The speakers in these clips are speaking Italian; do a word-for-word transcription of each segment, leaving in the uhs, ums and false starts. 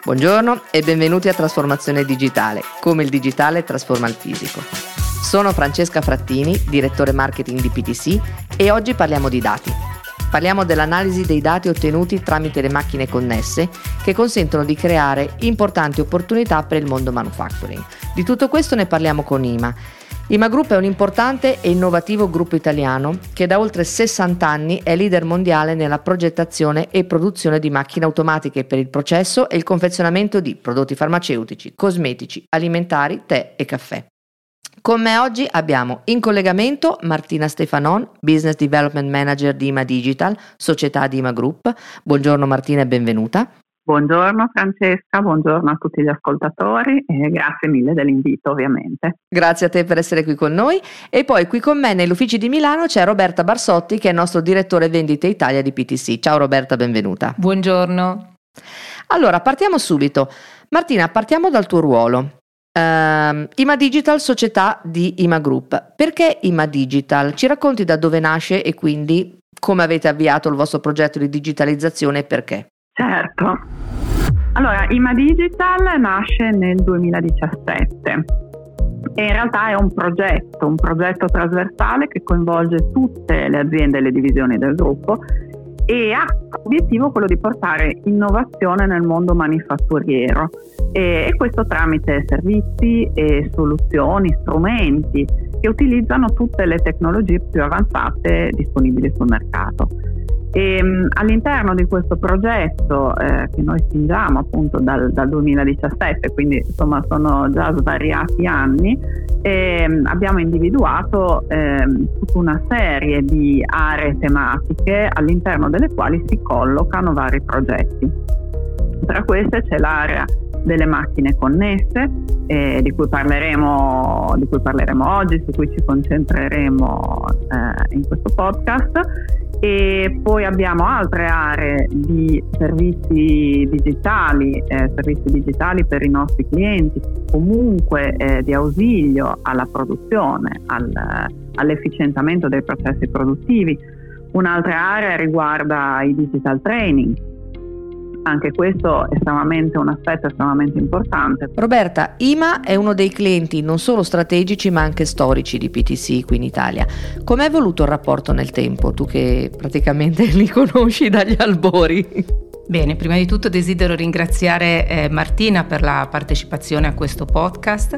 Buongiorno e benvenuti a Trasformazione Digitale, come il digitale trasforma il fisico. Sono Francesca Frattini, direttore marketing di P T C, e oggi parliamo di dati. Parliamo dell'analisi dei dati ottenuti tramite le macchine connesse che consentono di creare importanti opportunità per il mondo manufacturing. Di tutto questo ne parliamo con I M A. I M A Group è un importante e innovativo gruppo italiano che da oltre sessanta anni è leader mondiale nella progettazione e produzione di macchine automatiche per il processo e il confezionamento di prodotti farmaceutici, cosmetici, alimentari, tè e caffè. Con me oggi abbiamo in collegamento Martina Stefanon, Business Development Manager di I M A Digital, società di I M A Group. Buongiorno Martina e benvenuta. Buongiorno Francesca, buongiorno a tutti gli ascoltatori e grazie mille dell'invito ovviamente. Grazie a te per essere qui con noi. E poi qui con me negli uffici di Milano c'è Roberta Barsotti che è il nostro direttore vendite Italia di P T C. Ciao Roberta, benvenuta. Buongiorno. Allora partiamo subito. Martina, partiamo dal tuo ruolo. Uh, I M A Digital, società di I M A Group. Perché I M A Digital? Ci racconti da dove nasce e quindi come avete avviato il vostro progetto di digitalizzazione e perché? Certo, allora I M A Digital nasce nel duemiladiciassette e in realtà è un progetto, un progetto trasversale che coinvolge tutte le aziende e le divisioni del gruppo e ha l'obiettivo quello di portare innovazione nel mondo manifatturiero e, e questo tramite servizi e soluzioni, strumenti che utilizzano tutte le tecnologie più avanzate disponibili sul mercato. E, um, all'interno di questo progetto eh, che noi spingiamo appunto dal, dal duemiladiciassette, quindi insomma sono già svariati anni, e, um, abbiamo individuato eh, tutta una serie di aree tematiche all'interno delle quali si collocano vari progetti. Tra queste c'è l'area delle macchine connesse eh, di cui parleremo di cui parleremo oggi, su cui ci concentreremo eh, in questo podcast. E poi abbiamo altre aree di servizi digitali, eh, servizi digitali per i nostri clienti, comunque eh, di ausilio alla produzione, al, all'efficientamento dei processi produttivi. Un'altra area riguarda i digital training. Anche questo è estremamente un aspetto estremamente importante. Roberta, I M A è uno dei clienti non solo strategici ma anche storici di P T C qui in Italia. Com'è evoluto il rapporto nel tempo, tu che praticamente li conosci dagli albori? Bene, prima di tutto desidero ringraziare eh, Martina per la partecipazione a questo podcast.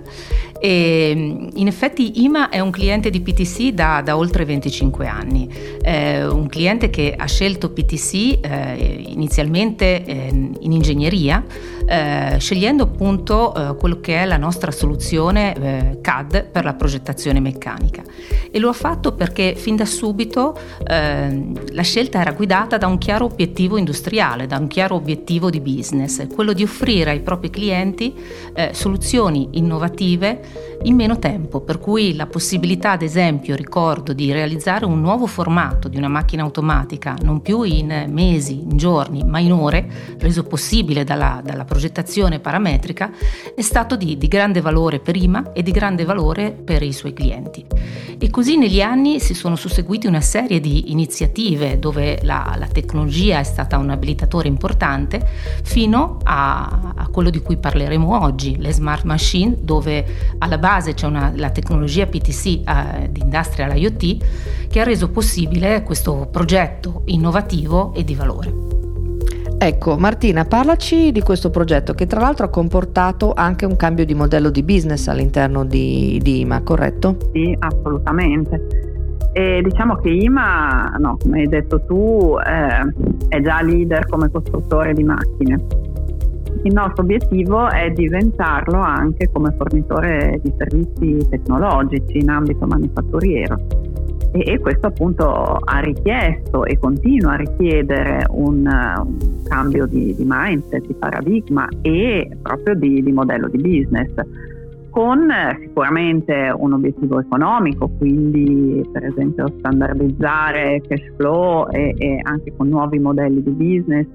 E, in effetti I M A è un cliente di P T C da, da oltre venticinque anni, eh, un cliente che ha scelto P T C eh, inizialmente eh, in ingegneria, eh, scegliendo appunto eh, quello che è la nostra soluzione eh, C A D per la progettazione meccanica, e lo ha fatto perché fin da subito eh, la scelta era guidata da un chiaro obiettivo industriale, da un chiaro obiettivo di business, quello di offrire ai propri clienti eh, soluzioni innovative in meno tempo, per cui la possibilità, ad esempio, ricordo di realizzare un nuovo formato di una macchina automatica non più in mesi, in giorni, ma in ore, reso possibile dalla, dalla progettazione parametrica, è stato di, di grande valore per I M A e di grande valore per i suoi clienti. E così negli anni si sono susseguiti una serie di iniziative dove la, la tecnologia è stata un abilitatore importante, fino a, a quello di cui parleremo oggi, le smart machine, dove alla base c'è una, la tecnologia P T C eh, di Industrial I O T che ha reso possibile questo progetto innovativo e di valore. Ecco, Martina, parlaci di questo progetto che tra l'altro ha comportato anche un cambio di modello di business all'interno di, di I M A, corretto? Sì, assolutamente. E diciamo che I M A, no, come hai detto tu, eh, è già leader come costruttore di macchine. Il nostro obiettivo è diventarlo anche come fornitore di servizi tecnologici in ambito manifatturiero. E, e questo appunto ha richiesto e continua a richiedere un, un cambio di, di mindset, di paradigma e proprio di, di modello di business, con sicuramente un obiettivo economico, quindi per esempio standardizzare cash flow e, e anche con nuovi modelli di business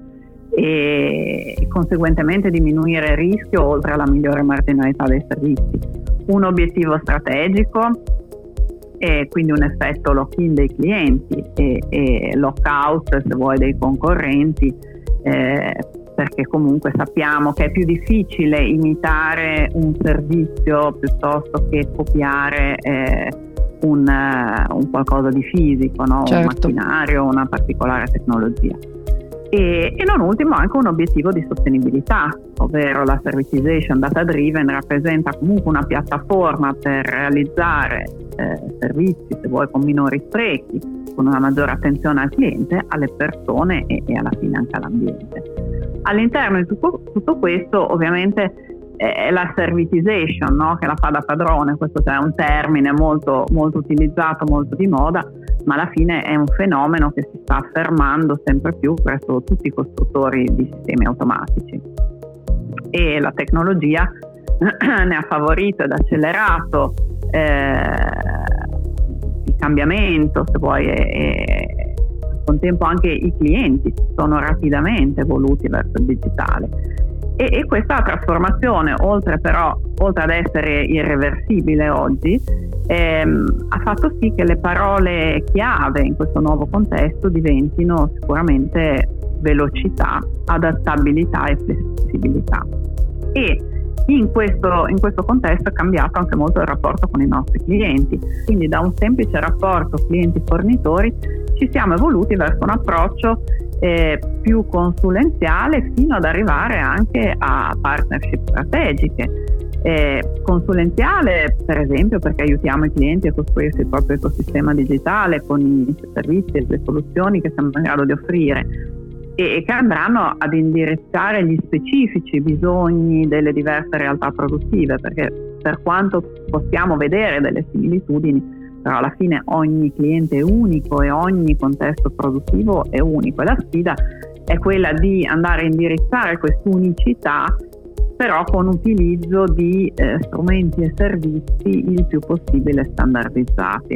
e, e conseguentemente diminuire il rischio oltre alla migliore marginalità dei servizi. Un obiettivo strategico e quindi un effetto lock-in dei clienti e, e lock-out, se vuoi, dei concorrenti, eh, perché comunque sappiamo che è più difficile imitare un servizio piuttosto che copiare eh, un, uh, un qualcosa di fisico, no? Certo. Un macchinario, una particolare tecnologia. E, e non ultimo anche un obiettivo di sostenibilità, ovvero la servitization data driven rappresenta comunque una piattaforma per realizzare eh, servizi, se vuoi, con minori sprechi, con una maggiore attenzione al cliente, alle persone e, e alla fine anche all'ambiente. All'interno di tutto, tutto questo ovviamente è la servitization, no? Che la fa da padrone. Questo è un termine molto, molto utilizzato, molto di moda, ma alla fine è un fenomeno che si sta affermando sempre più presso tutti i costruttori di sistemi automatici, e la tecnologia ne ha favorito ed accelerato eh, il cambiamento, se vuoi, e, e al contempo anche i clienti si sono rapidamente evoluti verso il digitale. E, e questa trasformazione, oltre però oltre ad essere irreversibile oggi, ehm, ha fatto sì che le parole chiave in questo nuovo contesto diventino sicuramente velocità, adattabilità e flessibilità. E in questo, in questo contesto è cambiato anche molto il rapporto con i nostri clienti. Quindi da un semplice rapporto clienti-fornitori ci siamo evoluti verso un approccio eh, più consulenziale, fino ad arrivare anche a partnership strategiche. Eh, consulenziale, per esempio, perché aiutiamo i clienti a costruirsi il proprio ecosistema digitale con i servizi e le soluzioni che siamo in grado di offrire, e che andranno ad indirizzare gli specifici bisogni delle diverse realtà produttive, perché per quanto possiamo vedere delle similitudini, però alla fine ogni cliente è unico e ogni contesto produttivo è unico, e la sfida è quella di andare a indirizzare quest'unicità, però con utilizzo di eh, strumenti e servizi il più possibile standardizzati.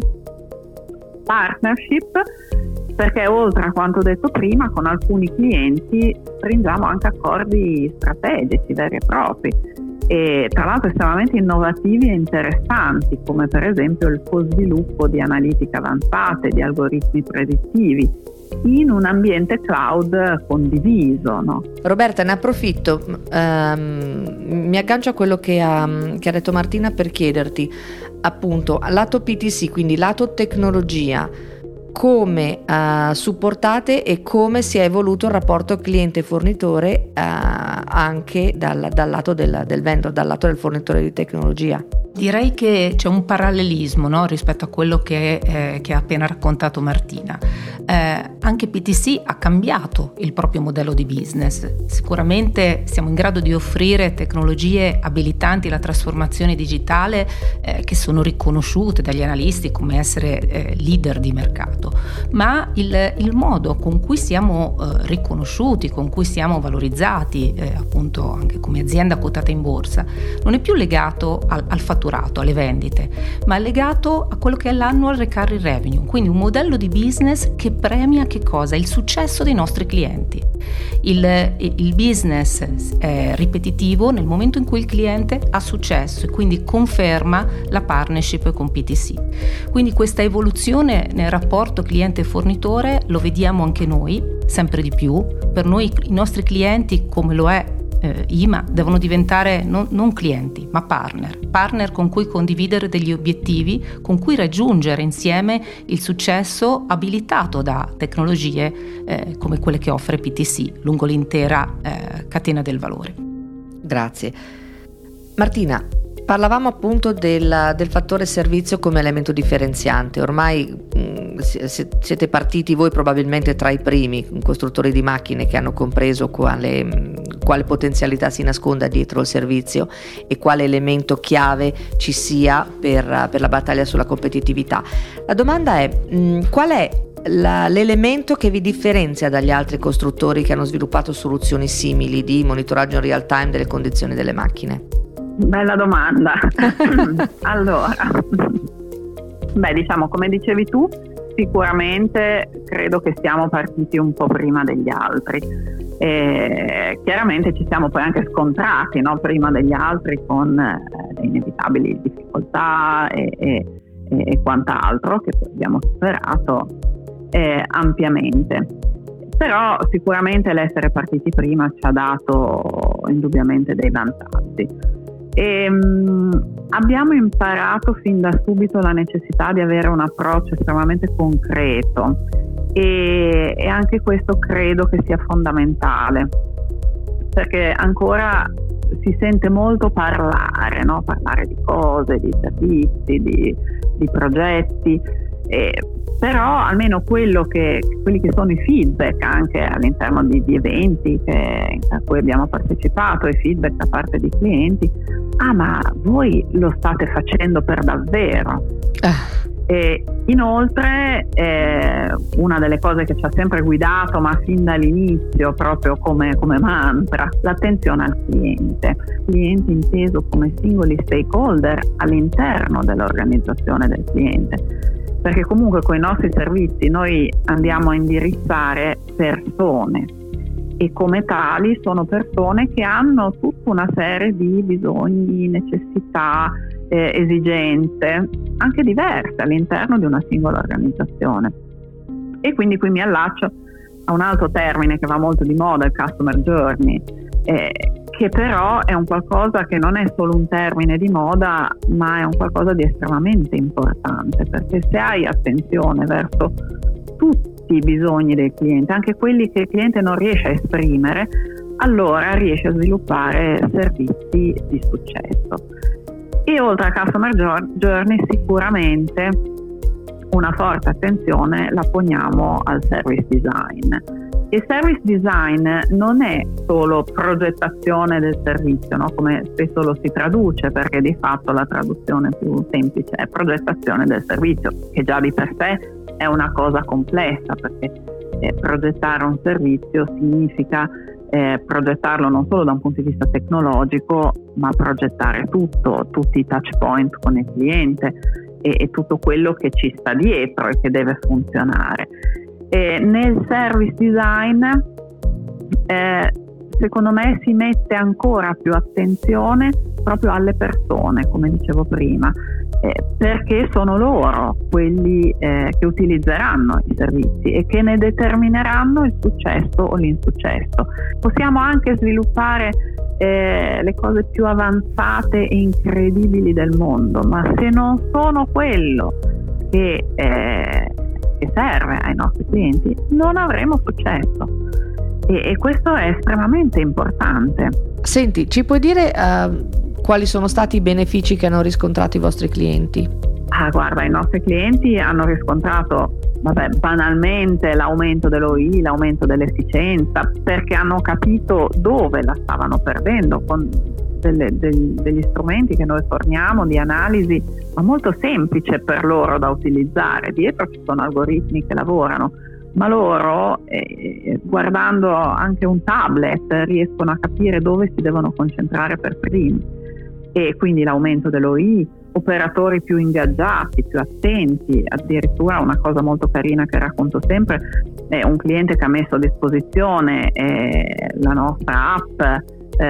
Partnership, perché oltre a quanto detto prima, con alcuni clienti stringiamo anche accordi strategici veri e propri, e tra l'altro estremamente innovativi e interessanti, come per esempio il co-sviluppo di analitiche avanzate, di algoritmi predittivi in un ambiente cloud condiviso, no? Roberta, ne approfitto, ehm, mi aggancio a quello che ha, che ha detto Martina per chiederti, appunto, lato P T C, quindi lato tecnologia, come uh, supportate e come si è evoluto il rapporto cliente-fornitore uh, anche dal, dal lato del, del vendor, dal lato del fornitore di tecnologia. Direi che c'è un parallelismo, no, rispetto a quello che, eh, che ha appena raccontato Martina. Eh, anche P T C ha cambiato il proprio modello di business. Sicuramente siamo in grado di offrire tecnologie abilitanti la trasformazione digitale eh, che sono riconosciute dagli analisti come essere eh, leader di mercato, ma il, il modo con cui siamo eh, riconosciuti, con cui siamo valorizzati eh, appunto anche come azienda quotata in borsa, non è più legato al, al fatturato, alle vendite, ma è legato a quello che è l'annual recurring revenue, quindi un modello di business che premia che cosa? Il successo dei nostri clienti. Il, il business è ripetitivo nel momento in cui il cliente ha successo e quindi conferma la partnership con P T C. Quindi questa evoluzione nel rapporto cliente-fornitore lo vediamo anche noi, sempre di più. Per noi i nostri clienti, come lo è Eh, I M A, devono diventare non, non clienti ma partner, partner con cui condividere degli obiettivi, con cui raggiungere insieme il successo abilitato da tecnologie eh, come quelle che offre P T C lungo l'intera eh, catena del valore. Grazie. Martina, parlavamo appunto del, del fattore servizio come elemento differenziante. Ormai mh, siete partiti voi probabilmente tra i primi costruttori di macchine che hanno compreso quale, mh, quale potenzialità si nasconda dietro il servizio e quale elemento chiave ci sia per, per la battaglia sulla competitività. La domanda è mh, qual è La, l'elemento che vi differenzia dagli altri costruttori che hanno sviluppato soluzioni simili di monitoraggio in real time delle condizioni delle macchine? Bella domanda. Allora, beh, diciamo, come dicevi tu, sicuramente credo che siamo partiti un po' prima degli altri. E chiaramente ci siamo poi anche scontrati, no, prima degli altri con eh, le inevitabili difficoltà e, e, e quant'altro che poi abbiamo superato eh, ampiamente. però sicuramente l'essere partiti prima ci ha dato indubbiamente dei vantaggi. E, mh, abbiamo imparato fin da subito la necessità di avere un approccio estremamente concreto e, e anche questo credo che sia fondamentale, perché ancora si sente molto parlare, no? Parlare di cose, di servizi, di, di progetti, eh, però almeno quello che, quelli che sono i feedback anche all'interno di, di eventi che, a cui abbiamo partecipato, i feedback da parte di clienti, ah ma voi lo state facendo per davvero? Ah. E inoltre eh, una delle cose che ci ha sempre guidato, ma fin dall'inizio proprio come, come mantra, l'attenzione al cliente, cliente inteso come singoli stakeholder all'interno dell'organizzazione del cliente, perché comunque con i nostri servizi noi andiamo a indirizzare persone e come tali sono persone che hanno tutta una serie di bisogni, necessità, eh, esigenze anche diverse all'interno di una singola organizzazione. E quindi qui mi allaccio a un altro termine che va molto di moda, il customer journey, eh, che però è un qualcosa che non è solo un termine di moda, ma è un qualcosa di estremamente importante, perché se hai attenzione verso tutti i bisogni del cliente, anche quelli che il cliente non riesce a esprimere, allora riesce a sviluppare servizi di successo. E oltre al customer journey sicuramente una forte attenzione la poniamo al service design. Il service design non è solo progettazione del servizio, no? Come spesso lo si traduce, perché di fatto la traduzione più semplice è progettazione del servizio, che già di per sé è una cosa complessa, perché eh, progettare un servizio significa eh, progettarlo non solo da un punto di vista tecnologico, ma progettare tutto, tutti i touch point con il cliente e, e tutto quello che ci sta dietro e che deve funzionare. E nel service design eh, secondo me si mette ancora più attenzione proprio alle persone, come dicevo prima, eh, perché sono loro quelli eh, che utilizzeranno i servizi e che ne determineranno il successo o l'insuccesso. Possiamo anche sviluppare eh, le cose più avanzate e incredibili del mondo, ma se non sono quello che eh, che serve ai nostri clienti, non avremo successo e, e questo è estremamente importante. Senti, ci puoi dire uh, quali sono stati i benefici che hanno riscontrato i vostri clienti? Ah, guarda, i nostri clienti hanno riscontrato, vabbè, banalmente l'aumento dell'O I, l'aumento dell'efficienza, perché hanno capito dove la stavano perdendo con delle, degli, degli strumenti che noi forniamo di analisi, ma molto semplice per loro da utilizzare. Dietro ci sono algoritmi che lavorano, ma loro eh, guardando anche un tablet riescono a capire dove si devono concentrare per primi, e quindi l'aumento dell'O I, operatori più ingaggiati, più attenti. Addirittura una cosa molto carina che racconto sempre è un cliente che ha messo a disposizione eh, la nostra app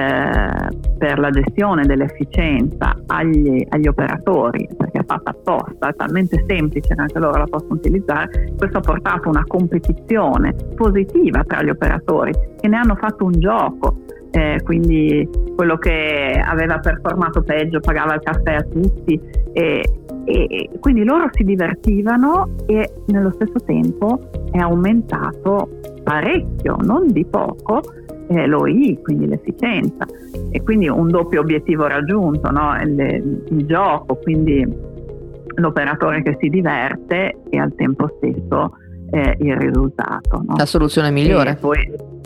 Eh, per la gestione dell'efficienza agli, agli operatori, perché è fatta apposta, è talmente semplice che anche loro la possono utilizzare. Questo ha portato una competizione positiva tra gli operatori che ne hanno fatto un gioco, eh, quindi quello che aveva performato peggio pagava il caffè a tutti e, e quindi loro si divertivano e nello stesso tempo è aumentato parecchio, non di poco, Eh, l'O I, quindi l'efficienza, e quindi un doppio obiettivo raggiunto, no? il, il gioco, quindi l'operatore che si diverte e al tempo stesso eh, il risultato, no? La soluzione migliore. E poi,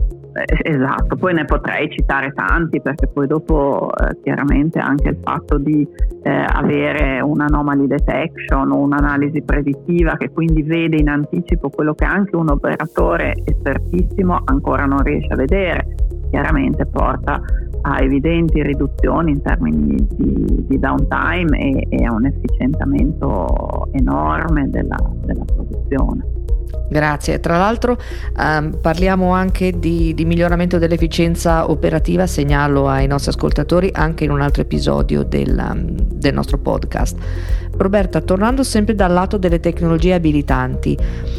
eh, esatto, poi ne potrei citare tanti, perché poi dopo eh, chiaramente anche il fatto di eh, avere un anomaly detection o un'analisi predittiva che quindi vede in anticipo quello che anche un operatore espertissimo ancora non riesce a vedere, chiaramente porta a evidenti riduzioni in termini di, di downtime e, e a un efficientamento enorme della, della produzione. Grazie. Tra l'altro ehm, parliamo anche di, di miglioramento dell'efficienza operativa, segnalo ai nostri ascoltatori anche in un altro episodio del, del nostro podcast. Roberta, tornando sempre dal lato delle tecnologie abilitanti,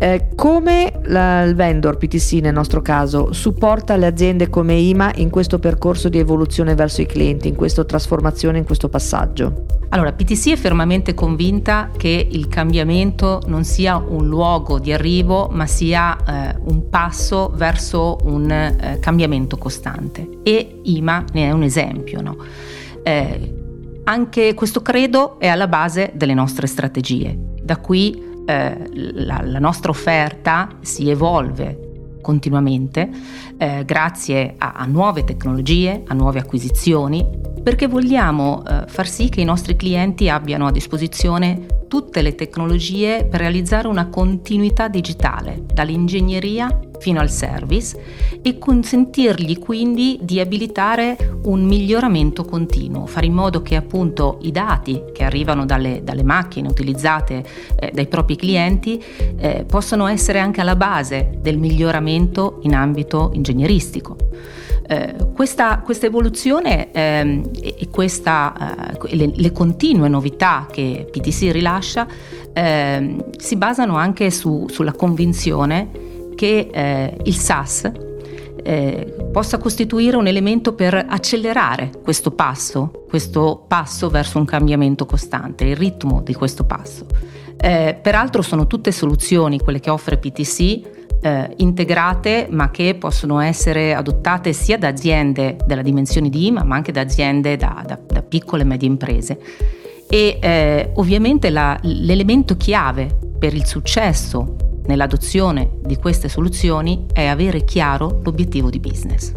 Eh, come la, il vendor P T C nel nostro caso supporta le aziende come I M A in questo percorso di evoluzione verso i clienti, in questa trasformazione, in questo passaggio? Allora, P T C è fermamente convinta che il cambiamento non sia un luogo di arrivo, ma sia eh, un passo verso un eh, cambiamento costante, e I M A ne è un esempio, no? Eh, anche questo credo è alla base delle nostre strategie. Da qui eh, la, la nostra offerta si evolve continuamente eh, grazie a, a nuove tecnologie, a nuove acquisizioni, perché vogliamo eh, far sì che i nostri clienti abbiano a disposizione tutte le tecnologie per realizzare una continuità digitale, dall'ingegneria fino al service, e consentirgli quindi di abilitare un miglioramento continuo, fare in modo che appunto i dati che arrivano dalle, dalle macchine utilizzate eh, dai propri clienti eh, possano essere anche alla base del miglioramento in ambito ingegneristico. Eh, questa, questa evoluzione ehm, e, e questa, eh, le, le continue novità che P T C rilascia ehm, si basano anche su, sulla convinzione che eh, il SaaS eh, possa costituire un elemento per accelerare questo passo, questo passo verso un cambiamento costante, il ritmo di questo passo. Eh, peraltro sono tutte soluzioni, quelle che offre P T C, Eh, integrate, ma che possono essere adottate sia da aziende della dimensione di I M A, ma anche da aziende da, da, da piccole e medie imprese. E eh, ovviamente la, l'elemento chiave per il successo nell'adozione di queste soluzioni è avere chiaro l'obiettivo di business.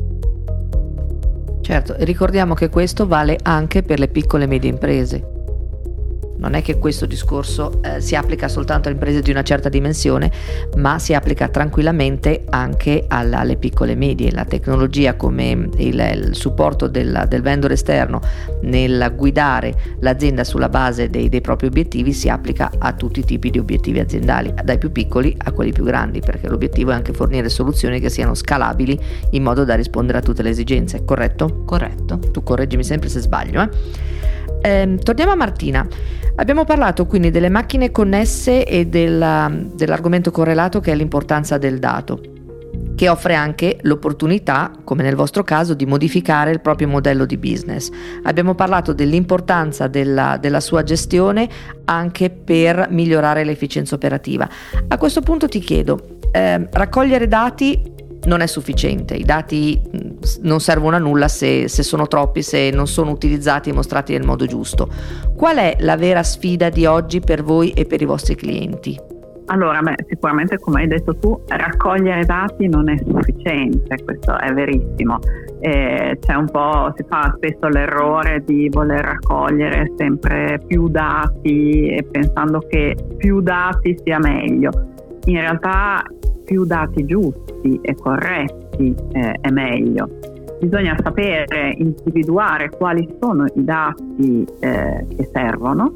Certo, ricordiamo che questo vale anche per le piccole e medie imprese. Non è che questo discorso eh, si applica soltanto a imprese di una certa dimensione, ma si applica tranquillamente anche alla, alle piccole e medie. La tecnologia, come il, il supporto del, del vendor esterno nel guidare l'azienda sulla base dei, dei propri obiettivi, si applica a tutti i tipi di obiettivi aziendali, dai più piccoli a quelli più grandi, perché l'obiettivo è anche fornire soluzioni che siano scalabili in modo da rispondere a tutte le esigenze, corretto? Corretto. Tu correggimi sempre se sbaglio, eh? Eh, torniamo a Martina. Abbiamo parlato quindi delle macchine connesse e della, dell'argomento correlato, che è l'importanza del dato, che offre anche l'opportunità, come nel vostro caso, di modificare il proprio modello di business. Abbiamo parlato dell'importanza della, della sua gestione anche per migliorare l'efficienza operativa. A questo punto ti chiedo, eh, raccogliere dati non è sufficiente, i dati non servono a nulla se, se sono troppi, se non sono utilizzati e mostrati nel modo giusto. Qual è la vera sfida di oggi per voi e per i vostri clienti? Allora, beh, sicuramente, come hai detto tu, raccogliere dati non è sufficiente, questo è verissimo. Eh, c'è un po', si fa spesso l'errore di voler raccogliere sempre più dati e pensando che più dati sia meglio. In realtà più dati giusti e corretti eh, è meglio. Bisogna sapere individuare quali sono i dati eh, che servono,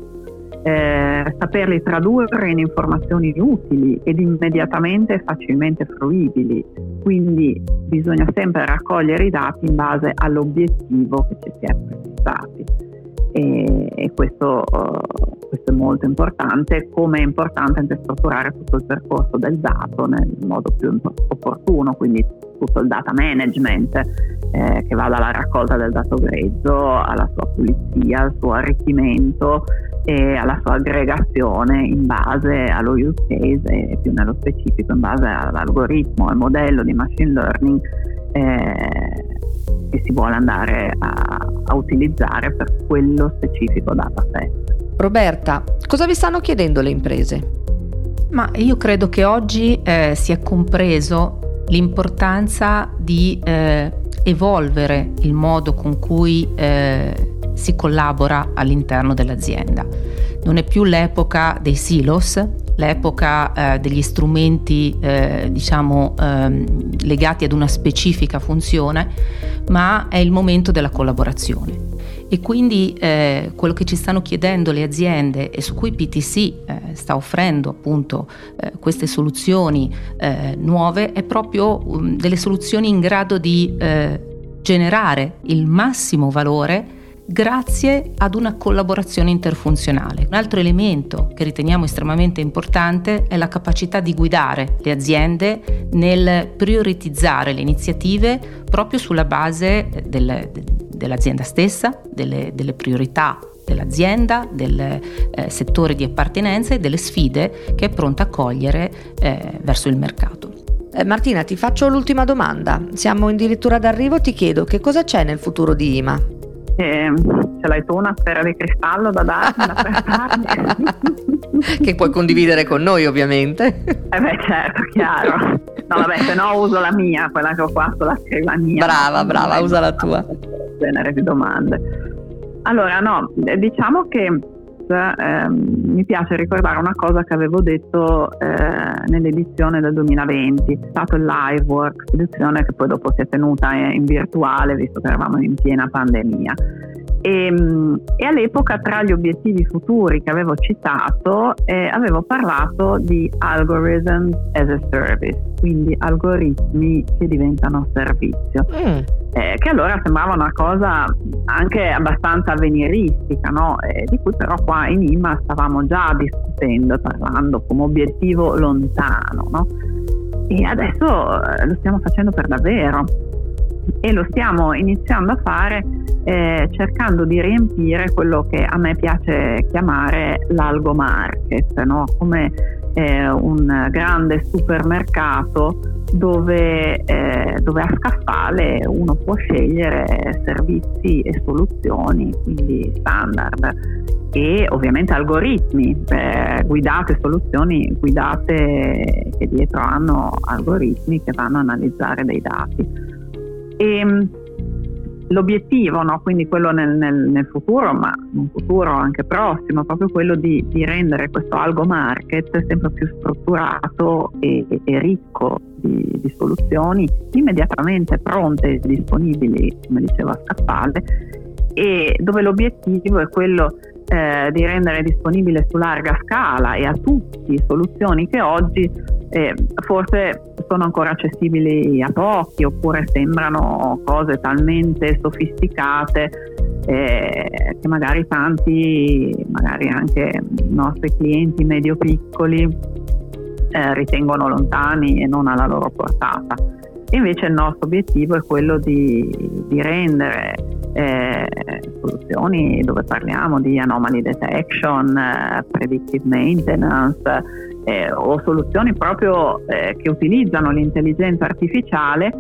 eh, saperli tradurre in informazioni utili ed immediatamente facilmente fruibili. Quindi bisogna sempre raccogliere i dati in base all'obiettivo che ci si è prefissati. E, e questo, uh, questo è molto importante, come è importante anche strutturare tutto il percorso del dato nel modo più opportuno, quindi tutto il data management eh, che va dalla raccolta del dato grezzo alla sua pulizia, al suo arricchimento e alla sua aggregazione in base allo use case e più nello specifico in base all'algoritmo, al modello di machine learning eh, che si vuole andare a, a utilizzare per quello specifico dataset. Roberta, cosa vi stanno chiedendo le imprese? Ma io credo che oggi eh, si è compreso l'importanza di eh, evolvere il modo con cui eh, si collabora all'interno dell'azienda. Non è più l'epoca dei silos, l'epoca eh, degli strumenti eh, diciamo eh, legati ad una specifica funzione, ma è il momento della collaborazione. E quindi eh, quello che ci stanno chiedendo le aziende e su cui P T C eh, sta offrendo appunto eh, queste soluzioni eh, nuove è proprio um, delle soluzioni in grado di eh, generare il massimo valore grazie ad una collaborazione interfunzionale. Un altro elemento che riteniamo estremamente importante è la capacità di guidare le aziende nel prioritizzare le iniziative proprio sulla base del, dell'azienda stessa, delle, delle priorità dell'azienda, del eh, settore di appartenenza e delle sfide che è pronta a cogliere eh, verso il mercato. Eh, Martina, ti faccio l'ultima domanda. Siamo addirittura d'arrivo, ti chiedo che cosa c'è nel futuro di I M A? Eh, ce l'hai tu una sfera di cristallo da darmi, da prestarmi? Che puoi condividere con noi, ovviamente. Eh beh, certo, chiaro. No, vabbè, se no uso la mia, quella che ho qua sulla scrivania. Brava, brava, usa la tua. Genere di domande. Allora, no, diciamo che eh, mi piace ricordare una cosa che avevo detto eh, nell'edizione del duemilaventi, è stato il LiveWorks, edizione che poi dopo si è tenuta in virtuale visto che eravamo in piena pandemia. E, e all'epoca tra gli obiettivi futuri che avevo citato eh, avevo parlato di algorithm as a service, quindi algoritmi che diventano servizio, mm. eh, che allora sembrava una cosa anche abbastanza avveniristica, no? eh, di cui però qua in I M A stavamo già discutendo e parlando come obiettivo lontano, no? E adesso eh, lo stiamo facendo per davvero e lo stiamo iniziando a fare eh, cercando di riempire quello che a me piace chiamare l'algo market, no? Come eh, un grande supermercato dove, eh, dove a scaffale uno può scegliere servizi e soluzioni, quindi standard e ovviamente algoritmi eh, guidate, soluzioni guidate che dietro hanno algoritmi che vanno a analizzare dei dati. E l'obiettivo, no, quindi quello nel, nel, nel futuro, ma un futuro anche prossimo, proprio quello di, di rendere questo algo market sempre più strutturato e, e, e ricco di, di soluzioni immediatamente pronte e disponibili, come dicevo, a scaffale, e dove l'obiettivo è quello eh, di rendere disponibile su larga scala e a tutti soluzioni che oggi eh, forse sono ancora accessibili a pochi oppure sembrano cose talmente sofisticate eh, che magari tanti, magari anche i nostri clienti medio-piccoli eh, ritengono lontani e non alla loro portata. E invece il nostro obiettivo è quello di, di rendere eh, soluzioni dove parliamo di anomaly detection, eh, predictive maintenance eh, o soluzioni proprio eh, che utilizzano l'intelligenza artificiale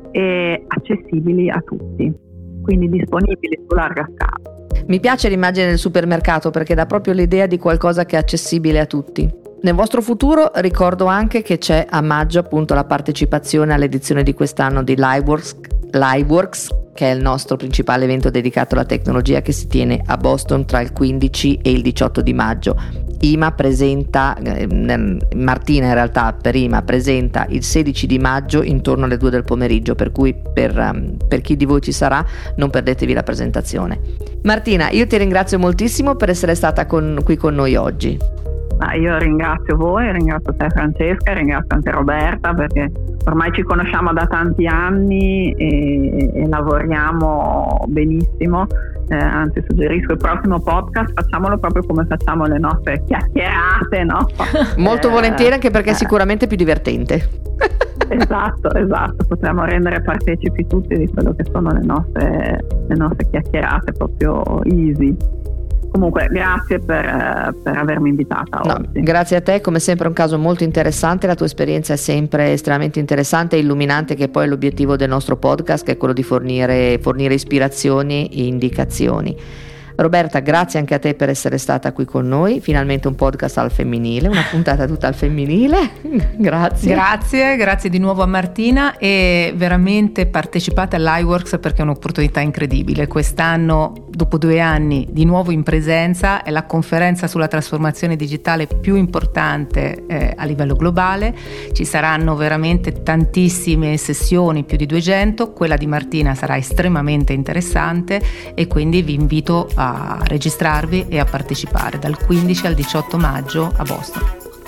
e accessibili a tutti, quindi disponibili su larga scala. Mi piace l'immagine del supermercato perché dà proprio l'idea di qualcosa che è accessibile a tutti. Nel vostro futuro ricordo anche che c'è a maggio appunto la partecipazione all'edizione di quest'anno di LiveWorks, LiveWorks che è il nostro principale evento dedicato alla tecnologia che si tiene a Boston tra il quindici e il diciotto di maggio. I M A presenta, eh, Martina in realtà per I M A presenta il sedici di maggio intorno alle due del pomeriggio, per cui per, um, per chi di voi ci sarà non perdetevi la presentazione. Martina, io ti ringrazio moltissimo per essere stata con, qui con noi oggi. Ah, io ringrazio voi, ringrazio te Francesca, ringrazio anche Roberta perché ormai ci conosciamo da tanti anni e, e lavoriamo benissimo, eh, anzi suggerisco il prossimo podcast facciamolo proprio come facciamo le nostre chiacchierate, no? Molto eh, volentieri, anche perché è eh. sicuramente più divertente. Esatto, esatto, potremmo rendere partecipi tutti di quello che sono le nostre, le nostre chiacchierate proprio easy. Comunque grazie per, per avermi invitata no, oggi. Grazie a te, come sempre è un caso molto interessante, la tua esperienza è sempre estremamente interessante e illuminante, che poi è l'obiettivo del nostro podcast, che è quello di fornire, fornire ispirazioni e indicazioni. Roberta, grazie anche a te per essere stata qui con noi, finalmente un podcast al femminile, una puntata tutta al femminile. Grazie. Grazie, grazie di nuovo a Martina e veramente partecipate all'Iworks perché è un'opportunità incredibile. Quest'anno, dopo due anni di nuovo in presenza, è la conferenza sulla trasformazione digitale più importante eh, a livello globale. Ci saranno veramente tantissime sessioni, più di duecento, quella di Martina sarà estremamente interessante e quindi vi invito a a registrarvi e a partecipare dal quindici al diciotto maggio a Boston.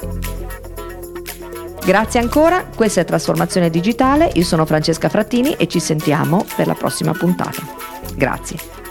Grazie ancora, questa è Trasformazione Digitale, io sono Francesca Frattini e ci sentiamo per la prossima puntata. Grazie.